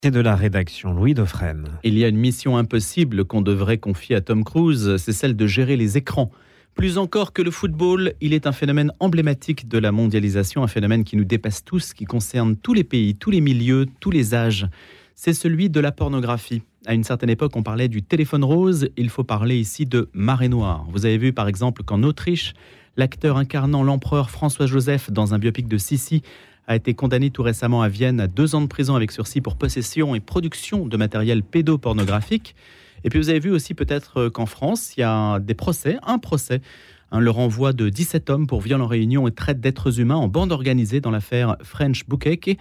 Et de la rédaction, Louis Dauphren. Il y a une mission impossible qu'on devrait confier à Tom Cruise, c'est celle de gérer les écrans. Plus encore que le football, il est un phénomène emblématique de la mondialisation, un phénomène qui nous dépasse tous, qui concerne tous les pays, tous les milieux, tous les âges. C'est celui de la pornographie. À une certaine époque, on parlait du téléphone rose, il faut parler ici de marée noire. Vous avez vu par exemple qu'en Autriche, l'acteur incarnant l'empereur François-Joseph dans un biopic de Sissi a été condamné tout récemment à Vienne à 2 ans de prison avec sursis pour possession et production de matériel pédopornographique. Et puis vous avez vu aussi peut-être qu'en France, il y a un procès, le renvoi de 17 hommes pour viol en réunion et traite d'êtres humains en bande organisée dans l'affaire French Bukake.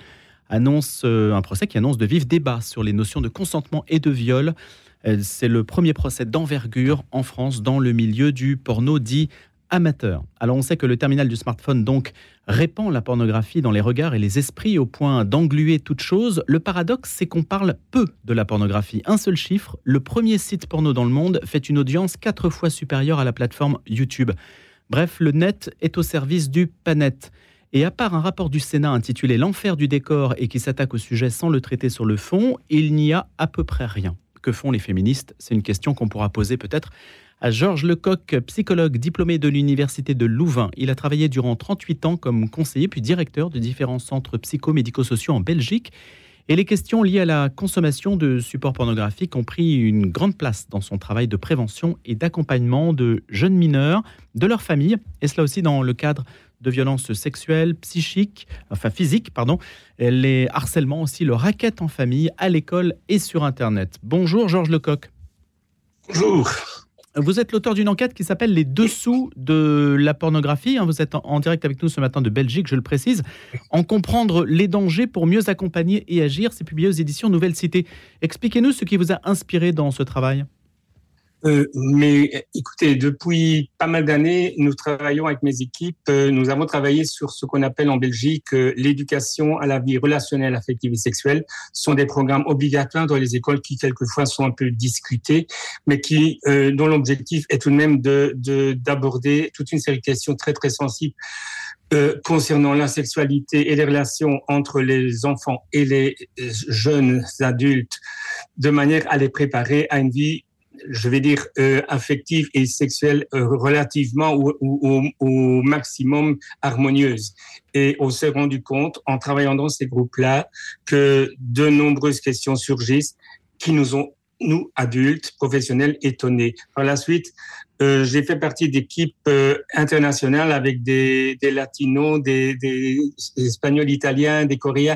Un procès qui annonce de vifs débats sur les notions de consentement et de viol. C'est le premier procès d'envergure en France dans le milieu du porno dit amateur. Alors on sait que le terminal du smartphone donc répand la pornographie dans les regards et les esprits au point d'engluer toute chose. Le paradoxe, c'est qu'on parle peu de la pornographie. Un seul chiffre, le premier site porno dans le monde fait une audience 4 fois supérieure à la plateforme YouTube. Bref, le net est au service du pas net. Et à part un rapport du Sénat intitulé « L'enfer du décor » et qui s'attaque au sujet sans le traiter sur le fond, il n'y a à peu près rien. Que font les féministes ? C'est une question qu'on pourra poser peut-être à Georges Lecoq, psychologue diplômé de l'Université de Louvain. Il a travaillé durant 38 ans comme conseiller puis directeur de différents centres psycho-médico-sociaux en Belgique. Et les questions liées à la consommation de supports pornographiques ont pris une grande place dans son travail de prévention et d'accompagnement de jeunes mineurs, de leur famille, et cela aussi dans le cadre de violences sexuelles, physiques, les harcèlements aussi, le racket en famille, à l'école et sur Internet. Bonjour Georges Lecoq. Bonjour. Vous êtes l'auteur d'une enquête qui s'appelle « Les dessous de la pornographie ». Vous êtes en direct avec nous ce matin de Belgique, je le précise. En comprendre les dangers pour mieux accompagner et agir, c'est publié aux éditions Nouvelle Cité. Expliquez-nous ce qui vous a inspiré dans ce travail. Mais écoutez, depuis pas mal d'années, nous travaillons avec mes équipes. Nous avons travaillé sur ce qu'on appelle en Belgique l'éducation à la vie relationnelle, affective et sexuelle. Ce sont des programmes obligatoires dans les écoles qui quelquefois sont un peu discutés, mais dont l'objectif est tout de même d'aborder toute une série de questions très très sensibles concernant la sexualité et les relations entre les enfants et les jeunes adultes, de manière à les préparer à une vie, je vais dire, affective et sexuelle relativement ou au maximum harmonieuse. Et on s'est rendu compte, en travaillant dans ces groupes-là, que de nombreuses questions surgissent qui nous ont, nous, adultes, professionnels, étonnés. Par la suite, j'ai fait partie d'équipes internationales avec des latinos, des espagnols, italiens, des coréens,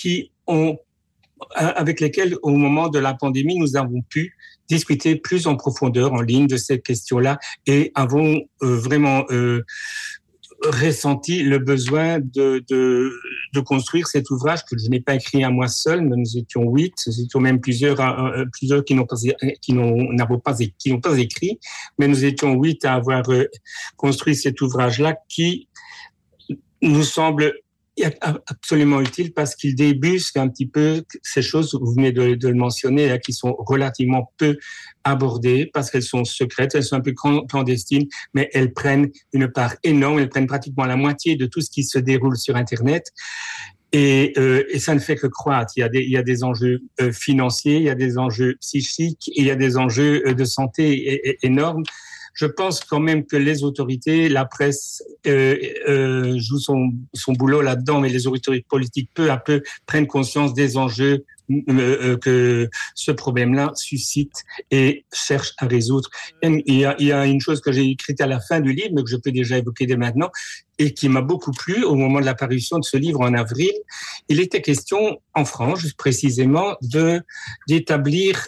avec lesquels, au moment de la pandémie, nous avons pu discuter plus en profondeur en ligne de ces questions-là et avons vraiment ressenti le besoin de construire cet ouvrage que je n'ai pas écrit à moi seul, mais nous étions 8, nous étions même plusieurs qui n'ont pas écrit, mais nous étions 8 à avoir construit cet ouvrage-là qui nous semble absolument utile parce qu'il débusque un petit peu ces choses, vous venez de le mentionner, qui sont relativement peu abordées parce qu'elles sont secrètes, elles sont un peu clandestines, mais elles prennent une part énorme, elles prennent pratiquement la moitié de tout ce qui se déroule sur Internet. Et ça ne fait que croître. Il y a des enjeux financiers, il y a des enjeux psychiques, il y a des enjeux de santé énormes. Je pense quand même que les autorités, la presse joue son boulot là-dedans, mais les autorités politiques peu à peu prennent conscience des enjeux que ce problème-là suscite et cherchent à résoudre. Et il y a une chose que j'ai écrite à la fin du livre, mais que je peux déjà évoquer dès maintenant, et qui m'a beaucoup plu au moment de la parution de ce livre en avril. Il était question, en France précisément, d'établir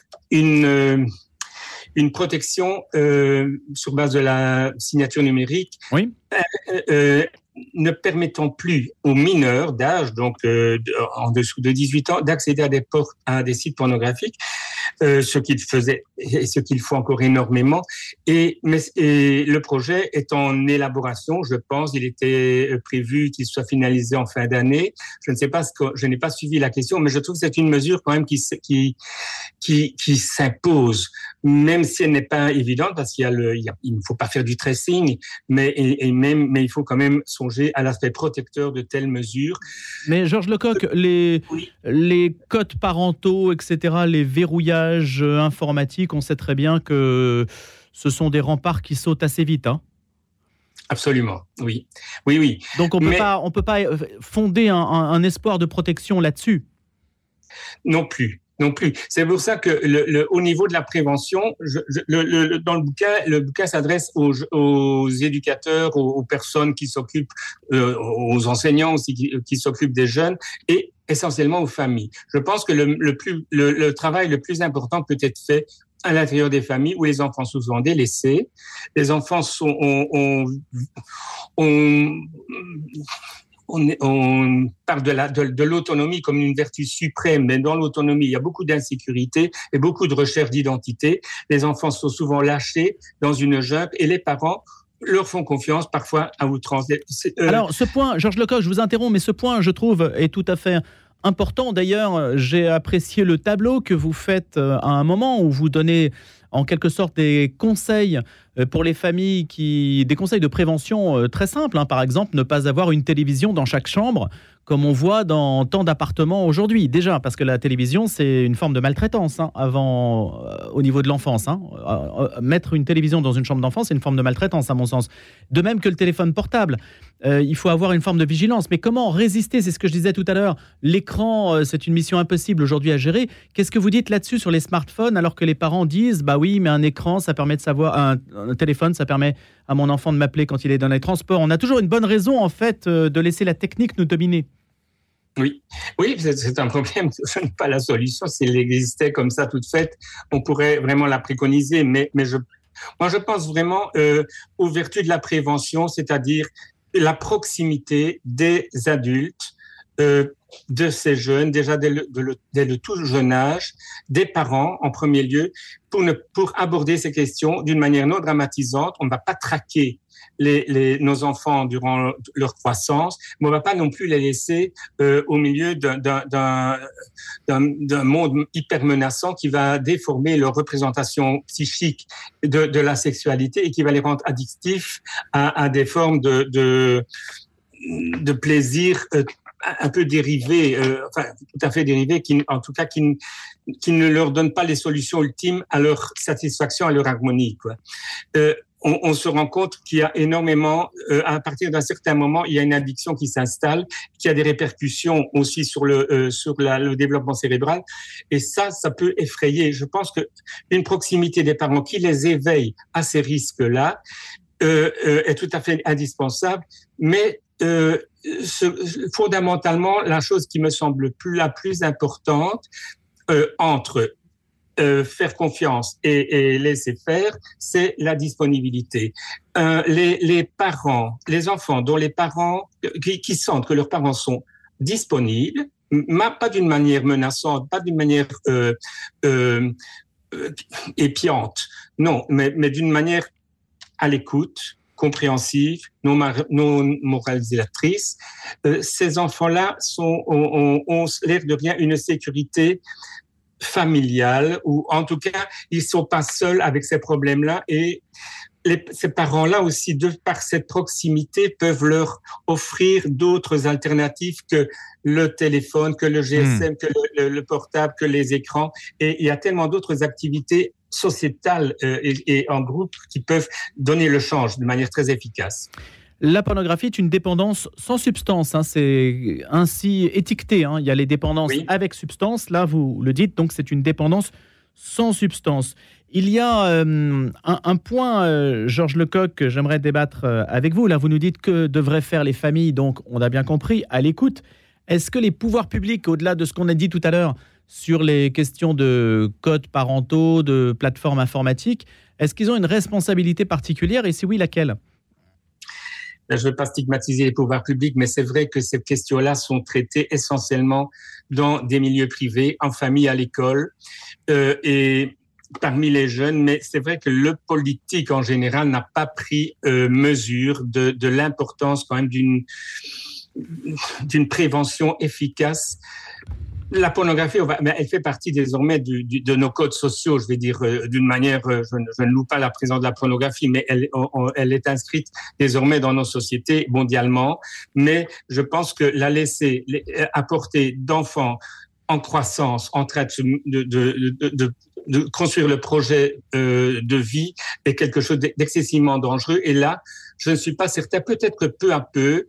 une protection sur base de la signature numérique, oui. Ne permettant plus aux mineurs d'âge, donc en dessous de 18 ans, d'accéder à des sites pornographiques, ce qu'il faisait et ce qu'il faut encore énormément. Et le projet est en élaboration, je pense. Il était prévu qu'il soit finalisé en fin d'année. Je ne sais pas je n'ai pas suivi la question, mais je trouve que c'est une mesure quand même qui s'impose, même si elle n'est pas évidente, parce il ne faut pas faire du tracing, mais il faut quand même songer à l'aspect protecteur de telles mesures. Mais Georges Lecoq, les codes parentaux, etc., les verrouillages informatiques, on sait très bien que ce sont des remparts qui sautent assez vite, hein. Absolument, oui. Oui. Donc on peut pas fonder un espoir de protection là-dessus. Non plus. C'est pour ça que au niveau de la prévention, dans le bouquin s'adresse aux éducateurs, aux personnes qui s'occupent, aux enseignants aussi qui s'occupent des jeunes et essentiellement aux familles. Je pense que le travail le plus important peut être fait à l'intérieur des familles où les enfants sont souvent délaissés. Les enfants on parle de l'autonomie comme une vertu suprême, mais dans l'autonomie, il y a beaucoup d'insécurité et beaucoup de recherche d'identité. Les enfants sont souvent lâchés dans une jungle et les parents leur font confiance parfois à outrance. Alors, ce point, Georges Lecoq, je vous interromps, mais ce point, je trouve, est tout à fait important. D'ailleurs, j'ai apprécié le tableau que vous faites à un moment où vous donnez en quelque sorte des conseils pour les familles, des conseils de prévention très simples, hein. Par exemple, ne pas avoir une télévision dans chaque chambre, comme on voit dans tant d'appartements aujourd'hui. Déjà, parce que la télévision, c'est une forme de maltraitance, hein, au niveau de l'enfance. Hein. Mettre une télévision dans une chambre d'enfant, c'est une forme de maltraitance, à mon sens. De même que le téléphone portable. Il faut avoir une forme de vigilance. Mais comment résister ? C'est ce que je disais tout à l'heure. L'écran, c'est une mission impossible aujourd'hui à gérer. Qu'est-ce que vous dites là-dessus sur les smartphones, alors que les parents disent « Bah oui, mais un écran, ça permet de savoir... Un téléphone, ça permet à mon enfant de m'appeler quand il est dans les transports. » On a toujours une bonne raison, en fait, de laisser la technique nous dominer. Oui, c'est un problème. Ce n'est pas la solution. S'il existait comme ça toute faite, on pourrait vraiment la préconiser. Mais je pense vraiment aux vertus de la prévention, c'est-à-dire la proximité des adultes, de ces jeunes, déjà dès le tout jeune âge, des parents en premier lieu, pour aborder ces questions d'une manière non dramatisante. On ne va pas traquer nos enfants durant leur croissance, mais on ne va pas non plus les laisser au milieu d'un monde hyper menaçant qui va déformer leur représentation psychique de la sexualité et qui va les rendre addictifs à des formes de plaisir un peu dérivés, tout à fait dérivés, qui ne leur donnent pas les solutions ultimes à leur satisfaction, à leur harmonie, quoi. On se rend compte qu'il y a énormément, à partir d'un certain moment, il y a une addiction qui s'installe, qui a des répercussions aussi sur le développement cérébral. Et ça peut effrayer. Je pense que une proximité des parents qui les éveille à ces risques-là est tout à fait indispensable. Mais fondamentalement, la chose qui me semble la plus importante entre faire confiance et laisser faire, c'est la disponibilité. Les parents, les enfants dont les parents qui sentent que leurs parents sont disponibles, pas d'une manière menaçante, pas d'une manière épiante, non, mais d'une manière à l'écoute, compréhensive, non moralisatrice. Ces enfants-là ont l'air de rien une sécurité familiale, ou en tout cas, ils sont pas seuls avec ces problèmes-là, et ces parents-là aussi, de par cette proximité, peuvent leur offrir d'autres alternatives que le téléphone, que le GSM, que le portable, que les écrans. Et il y a tellement d'autres activités sociétales et en groupe qui peuvent donner le change de manière très efficace. La pornographie est une dépendance sans substance, hein, c'est ainsi étiqueté, hein. Il y a les dépendances avec substance, là vous le dites, donc c'est une dépendance sans substance. Il y a un point, Georges Lecoq, que j'aimerais débattre avec vous. Là, vous nous dites que devraient faire les familles, donc on a bien compris, à l'écoute. Est-ce que les pouvoirs publics, au-delà de ce qu'on a dit tout à l'heure sur les questions de codes parentaux, de plateformes informatiques, est-ce qu'ils ont une responsabilité particulière et si oui, laquelle ? je ne veux pas stigmatiser les pouvoirs publics, mais c'est vrai que ces questions-là sont traitées essentiellement dans des milieux privés, en famille, à l'école, et parmi les jeunes. Mais c'est vrai que le politique en général n'a pas pris mesure de l'importance quand même d'une prévention efficace. La pornographie, elle fait partie désormais de nos codes sociaux, je vais dire d'une manière, je ne loue pas la présence de la pornographie, mais elle est inscrite désormais dans nos sociétés mondialement. Mais je pense que la laisser apporter d'enfants en croissance, en train de construire le projet de vie est quelque chose d'excessivement dangereux. Et là, je ne suis pas certain, peut-être que peu à peu,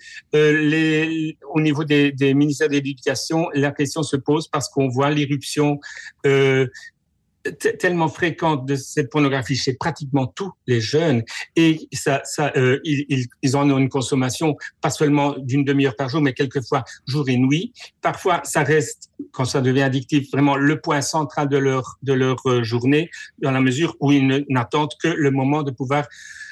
au niveau des ministères de l'Éducation, la question se pose parce qu'on voit l'irruption tellement fréquente de cette pornographie chez pratiquement tous les jeunes, et ils en ont une consommation pas seulement d'une demi-heure par jour, mais quelquefois jour et nuit. Parfois, ça reste, quand ça devient addictif, vraiment le point central de leur journée, dans la mesure où ils n'attendent que le moment de pouvoir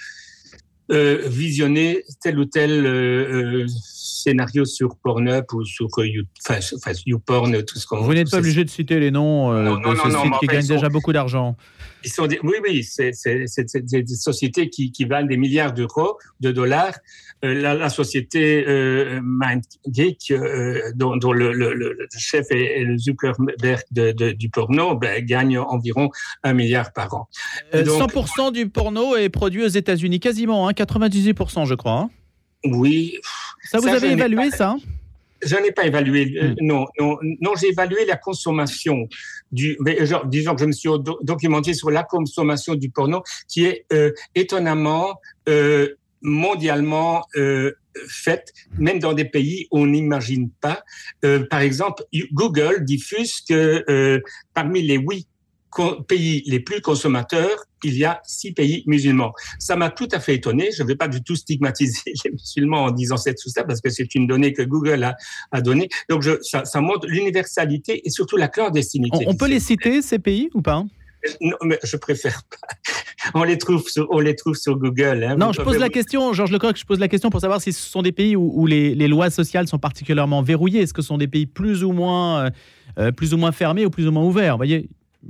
visionner tel ou tel scénario sur Pornhub ou sur YouPorn, tout ce qu'on... Vous n'êtes pas obligé de citer les noms de ces sites qui gagnent déjà beaucoup d'argent. Oui, c'est des sociétés qui valent des milliards d'euros, de dollars. La société MindGeek, dont le chef est le Zuckerberg du porno, gagne environ 1 milliard par an. Donc, 100% du porno est produit aux États-Unis, quasiment, 98%, je crois. Oui. Ça, vous avez évalué ça ? Je n'ai pas évalué. Non, j'ai évalué la consommation disons que je me suis documenté sur la consommation du porno, qui est étonnamment mondialement faite, même dans des pays où on n'imagine pas. Par exemple, Google diffuse que parmi les 8 pays les plus consommateurs, il y a 6 pays musulmans. Ça m'a tout à fait étonné. Je ne vais pas du tout stigmatiser les musulmans en disant tout ça, parce que c'est une donnée que Google a donnée. Donc, ça montre l'universalité et surtout la clandestinité. On peut les citer, ces pays, ou pas ? Non, mais je préfère pas. On les trouve sur Google. Hein. Non, je pose la question, Georges Lecocq, je pose la question pour savoir si ce sont des pays où les lois sociales sont particulièrement verrouillées. Est-ce que ce sont des pays plus ou moins fermés ou plus ou moins ouverts ? Vous voyez ?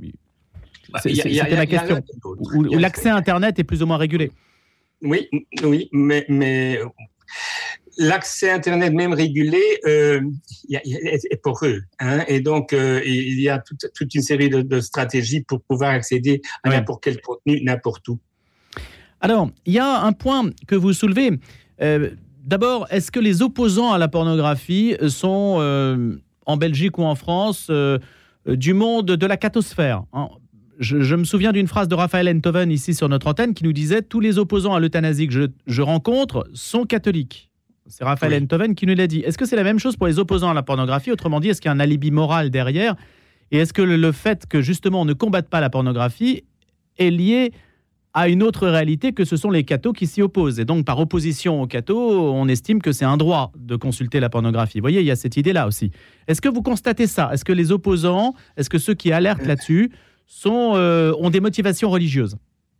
C'était ma question. Où l'accès à Internet est plus ou moins régulé. Oui, mais l'accès à Internet même régulé est poreux. Hein, et donc, il y a toute une série de stratégies pour pouvoir accéder à n'importe quel contenu, n'importe où. Alors, il y a un point que vous soulevez. D'abord, est-ce que les opposants à la pornographie sont, en Belgique ou en France, du monde de la cathosphère, hein ? Je me souviens d'une phrase de Raphaël Enthoven ici sur notre antenne qui nous disait « Tous les opposants à l'euthanasie que je rencontre sont catholiques ». C'est Raphaël Enthoven qui nous l'a dit. Est-ce que c'est la même chose pour les opposants à la pornographie ? Autrement dit, est-ce qu'il y a un alibi moral derrière ? Et est-ce que le fait que justement on ne combatte pas la pornographie est lié à une autre réalité que ce sont les cathos qui s'y opposent ? Et donc par opposition aux cathos, on estime que c'est un droit de consulter la pornographie. Vous voyez, il y a cette idée-là aussi. Est-ce que vous constatez ça ? Est-ce que les opposants, est-ce que ceux qui alertent là-dessus ont des motivations religieuses ?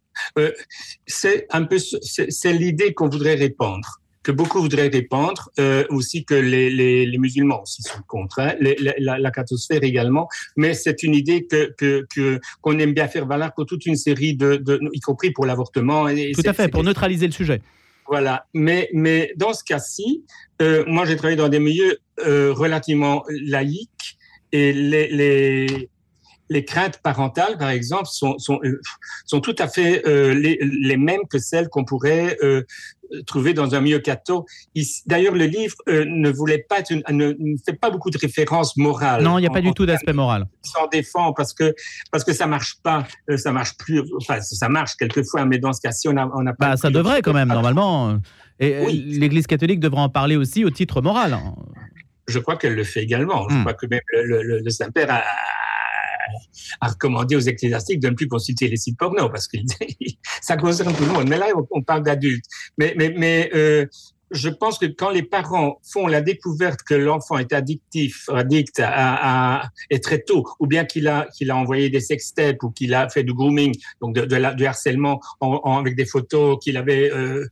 C'est l'idée qu'on voudrait répandre, que beaucoup voudraient répandre, aussi que les musulmans aussi sont contre, hein, la cathosphère également, mais c'est une idée qu'on aime bien faire valoir pour toute une série y compris pour l'avortement. Tout à fait, pour neutraliser le sujet. Voilà, mais dans ce cas-ci, moi j'ai travaillé dans des milieux relativement laïques, et les craintes parentales, par exemple, sont tout à fait les mêmes que celles qu'on pourrait trouver dans un milieu catho. D'ailleurs, le livre ne fait pas beaucoup de références morales. Non, il n'y a pas du tout d'aspect moral. Il s'en défend parce que ça marche pas, ça marche plus. Enfin, ça marche quelquefois, mais dans ce cas-ci, on n'a pas. Ça devrait quand même normalement. Et oui. L'Église catholique devrait en parler aussi au titre moral. Je crois qu'elle le fait également. Je crois que même le Saint-Père a recommandé aux ecclésiastiques de ne plus consulter les sites porno parce que ça concerne tout le monde. Mais là, on parle d'adultes. Mais je pense que quand les parents font la découverte que l'enfant est addict et très tôt, ou bien qu'il a envoyé des sextapes ou qu'il a fait du grooming, donc du harcèlement avec des photos qu'il avait,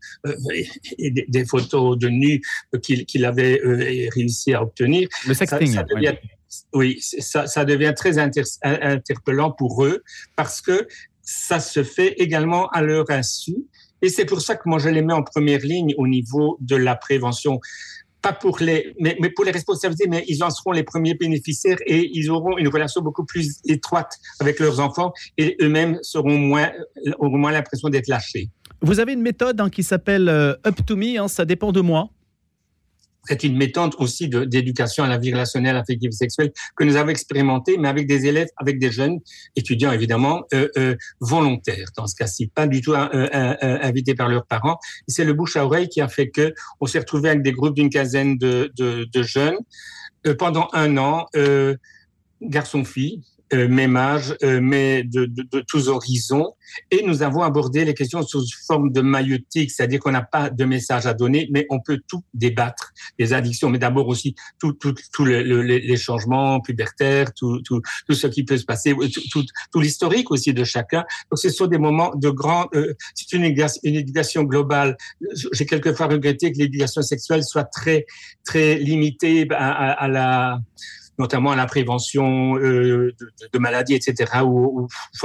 des photos de nus qu'il avait réussi à obtenir. Le sexting. Ça devient, oui, ça devient très interpellant pour eux parce que ça se fait également à leur insu. Et c'est pour ça que moi, je les mets en première ligne au niveau de la prévention. Pas pour mais pour les responsabiliser, mais ils en seront les premiers bénéficiaires et ils auront une relation beaucoup plus étroite avec leurs enfants et eux-mêmes auront moins l'impression d'être lâchés. Vous avez une méthode qui s'appelle Up to Me, ça dépend de moi. C'est une méthode aussi d'éducation à la vie relationnelle, affective et sexuelle que nous avons expérimentée, mais avec des élèves, avec des jeunes étudiants évidemment, volontaires dans ce cas-ci, pas du tout invités par leurs parents. Et c'est le bouche à oreille qui a fait que on s'est retrouvé avec des groupes d'une quinzaine de jeunes pendant 1 an, garçons-filles. Même âge, mais de tous horizons. Et nous avons abordé les questions sous forme de maïeutique, c'est-à-dire qu'on n'a pas de message à donner, mais on peut tout débattre, les addictions, mais d'abord aussi tout les changements pubertaires, tout ce qui peut se passer, tout l'historique aussi de chacun. Donc, ce sont des moments de c'est une éducation globale. J'ai quelquefois regretté que l'éducation sexuelle soit très, très limitée notamment à la prévention de maladies, etc., ou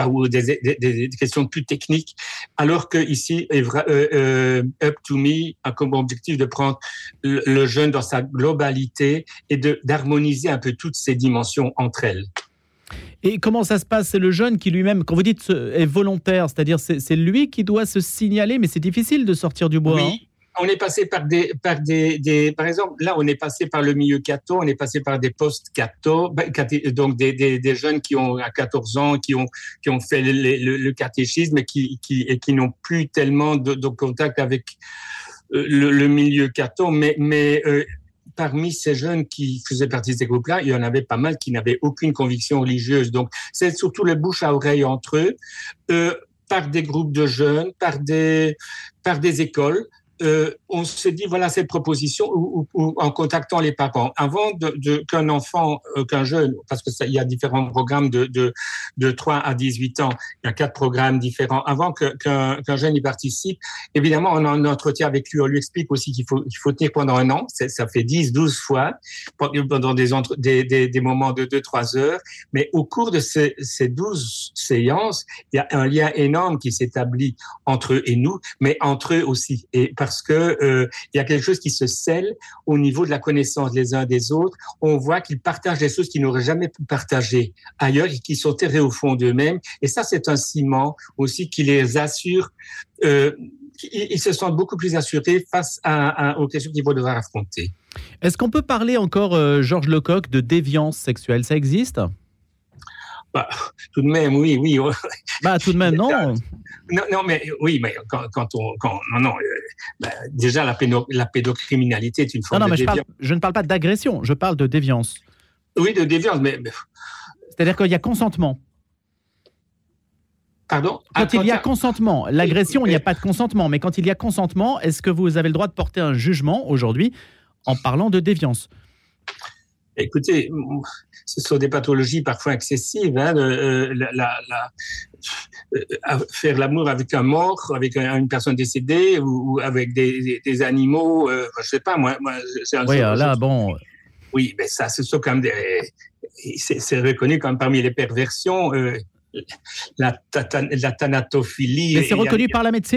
des questions plus techniques, alors que ici, Up to Me a comme objectif de prendre le jeune dans sa globalité et d'harmoniser un peu toutes ces dimensions entre elles. Et comment ça se passe ? C'est le jeune qui lui-même, quand vous dites est volontaire, c'est-à-dire c'est lui qui doit se signaler, mais c'est difficile de sortir du bois. Oui. On est passé par par exemple, là, on est passé par le milieu catho, on est passé par des post-catho, donc des jeunes qui ont à 14 ans, qui ont fait le catéchisme et qui n'ont plus tellement de contact avec le milieu catho, mais parmi ces jeunes qui faisaient partie de ces groupes-là, il y en avait pas mal qui n'avaient aucune conviction religieuse. Donc, c'est surtout le bouche à oreille entre eux, par des groupes de jeunes, par des écoles. On s'est dit, voilà cette proposition ou en contactant les parents. Avant qu'un enfant, qu'un jeune, parce que il y a différents programmes de 3 à 18 ans, il y a 4 programmes différents. Avant qu'un jeune y participe, évidemment, on en entretient avec lui, on lui explique aussi qu'il faut tenir pendant 1 an. Ça fait 10, 12 fois, pendant des moments de 2-3 heures. Mais au cours de ces 12 séances, il y a un lien énorme qui s'établit entre eux et nous, mais entre eux aussi. Et parce que il y a quelque chose qui se scelle au niveau de la connaissance les uns des autres. On voit qu'ils partagent des choses qu'ils n'auraient jamais pu partager ailleurs et qui sont terrés au fond d'eux-mêmes. Et ça, c'est un ciment aussi qui les assure. Ils se sentent beaucoup plus assurés face aux questions qu'ils vont devoir affronter. Est-ce qu'on peut parler encore, Georges Lecoq, de déviance sexuelle ? Ça existe ? Bah, tout de même, oui. Bah, tout de même, non. Non, mais oui, mais déjà la pédocriminalité est une forme de déviance. Je ne parle pas d'agression, je parle de déviance. Oui, de déviance, mais c'est-à-dire qu'il y a consentement. Pardon ? Quand il y a consentement, l'agression, il n'y a pas de consentement, mais quand il y a consentement, est-ce que vous avez le droit de porter un jugement aujourd'hui en parlant de déviance ? Écoutez, ce sont des pathologies parfois excessives. Faire l'amour avec un mort, avec une personne décédée ou avec des animaux, je sais pas, moi oui, là, bon... Oui, mais ça, ce sont quand même c'est reconnu comme parmi les perversions, la thanatophilie. Mais c'est reconnu par la médecine ?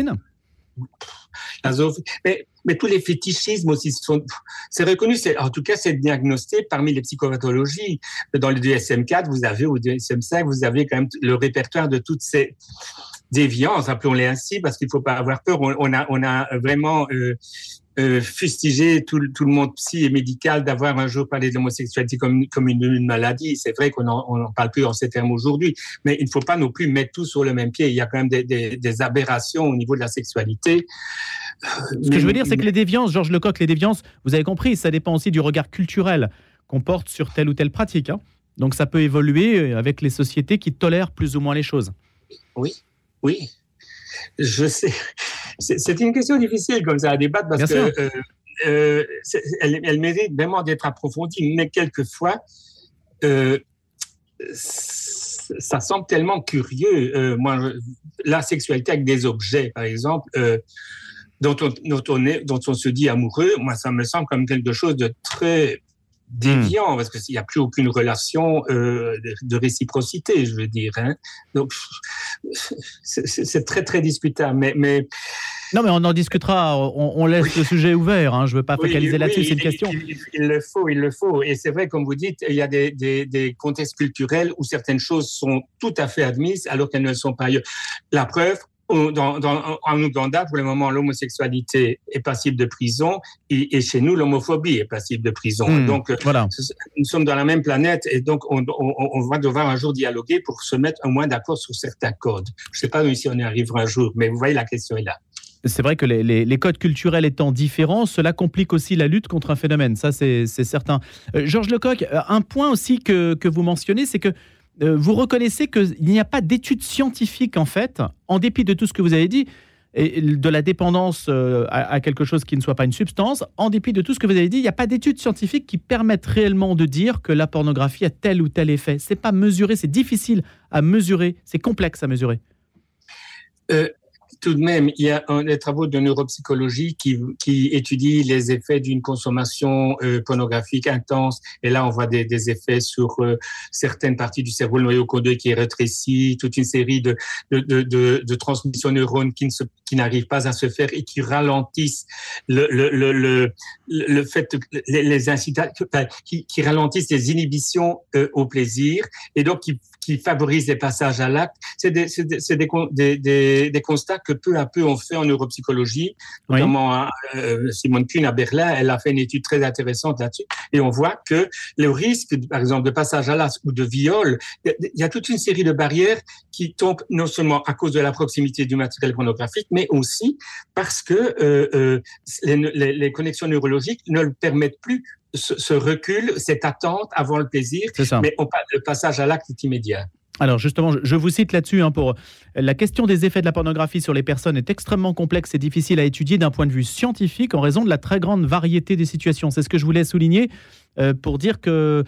Mais tous les fétichismes aussi c'est reconnu, en tout cas c'est diagnosté parmi les psychopathologies. Dans le DSM-4, ou le DSM-5, vous avez quand même le répertoire de toutes ces déviances, appelons-les ainsi, parce qu'il ne faut pas avoir peur. On a vraiment fustigé tout le monde psy et médical d'avoir un jour parlé de l'homosexualité comme une maladie. C'est vrai qu'on n'en parle plus en ces termes aujourd'hui, mais il ne faut pas non plus mettre tout sur le même pied. Il y a quand même des aberrations au niveau de la sexualité. Ce que je veux dire, c'est que les déviances, Georges Lecoq, les déviances, vous avez compris, ça dépend aussi du regard culturel qu'on porte sur telle ou telle pratique. Donc ça peut évoluer avec les sociétés qui tolèrent plus ou moins les choses. Oui. Je sais. C'est une question difficile comme ça à débattre parce que elle mérite vraiment d'être approfondie, mais quelquefois, ça semble tellement curieux. La sexualité avec des objets, par exemple, dont on se dit amoureux, moi, ça me semble comme quelque chose de très déviant, parce qu'il n'y a plus aucune relation de réciprocité, je veux dire. Hein. Donc, c'est très, très discutable. Mais non, mais on en discutera. On laisse le sujet ouvert. Hein. Je ne veux pas focaliser là-dessus. C'est une question. Il le faut. Et c'est vrai, comme vous dites, il y a des contextes culturels où certaines choses sont tout à fait admises alors qu'elles ne le sont pas ailleurs. La preuve, en Ouganda, pour le moment, l'homosexualité est passible de prison et chez nous, l'homophobie est passible de prison. Donc, voilà. Nous sommes dans la même planète et donc on va devoir un jour dialoguer pour se mettre au moins d'accord sur certains codes. Je ne sais pas si on y arrivera un jour, mais vous voyez, la question est là. C'est vrai que les codes culturels étant différents, cela complique aussi la lutte contre un phénomène. Ça, c'est certain. Georges Lecoq, un point aussi que vous mentionnez, c'est que vous reconnaissez qu'il n'y a pas d'études scientifiques, en fait, en dépit de tout ce que vous avez dit, et de la dépendance à quelque chose qui ne soit pas une substance, en dépit de tout ce que vous avez dit, il n'y a pas d'études scientifiques qui permettent réellement de dire que la pornographie a tel ou tel effet. Ce n'est pas mesuré, c'est difficile à mesurer, c'est complexe à mesurer. Tout de même, il y a des travaux de neuropsychologie qui étudient les effets d'une consommation pornographique intense. Et là, on voit des effets sur certaines parties du cerveau, le noyau codé qui est rétréci, toute une série de transmissions neurones qui n'arrivent pas à se faire et qui ralentissent le fait, les qui ralentissent les inhibitions au plaisir et donc qui favorisent les passages à l'acte. C'est des constats que peu à peu on fait en neuropsychologie, notamment Simone Kuhn à Berlin, elle a fait une étude très intéressante là-dessus, et on voit que le risque, par exemple, de passage à l'acte ou de viol, il y a toute une série de barrières qui tombent non seulement à cause de la proximité du matériel pornographique, mais aussi parce que les connexions neurologiques ne le permettent plus. Ce recul, cette attente avant le plaisir, mais le passage à l'acte est immédiat. Alors justement, je vous cite là-dessus, pour la question des effets de la pornographie sur les personnes est extrêmement complexe et difficile à étudier d'un point de vue scientifique en raison de la très grande variété des situations. C'est ce que je voulais souligner pour dire que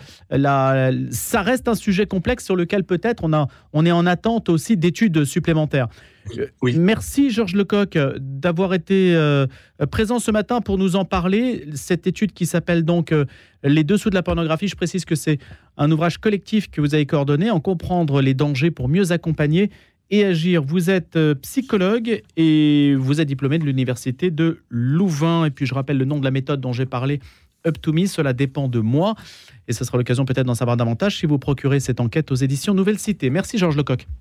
ça reste un sujet complexe sur lequel peut-être on est en attente aussi d'études supplémentaires. Oui. Merci Georges Lecoq d'avoir été présent ce matin pour nous en parler. Cette étude qui s'appelle donc Les dessous de la pornographie, je précise que c'est un ouvrage collectif que vous avez coordonné, en comprendre les dangers pour mieux accompagner et agir. Vous êtes psychologue et vous êtes diplômé de l'université de Louvain. Et puis je rappelle le nom de la méthode dont j'ai parlé, Up to Me, cela dépend de moi. Et ce sera l'occasion peut-être d'en savoir davantage si vous procurez cette enquête aux éditions Nouvelle Cité. Merci Georges Lecoq.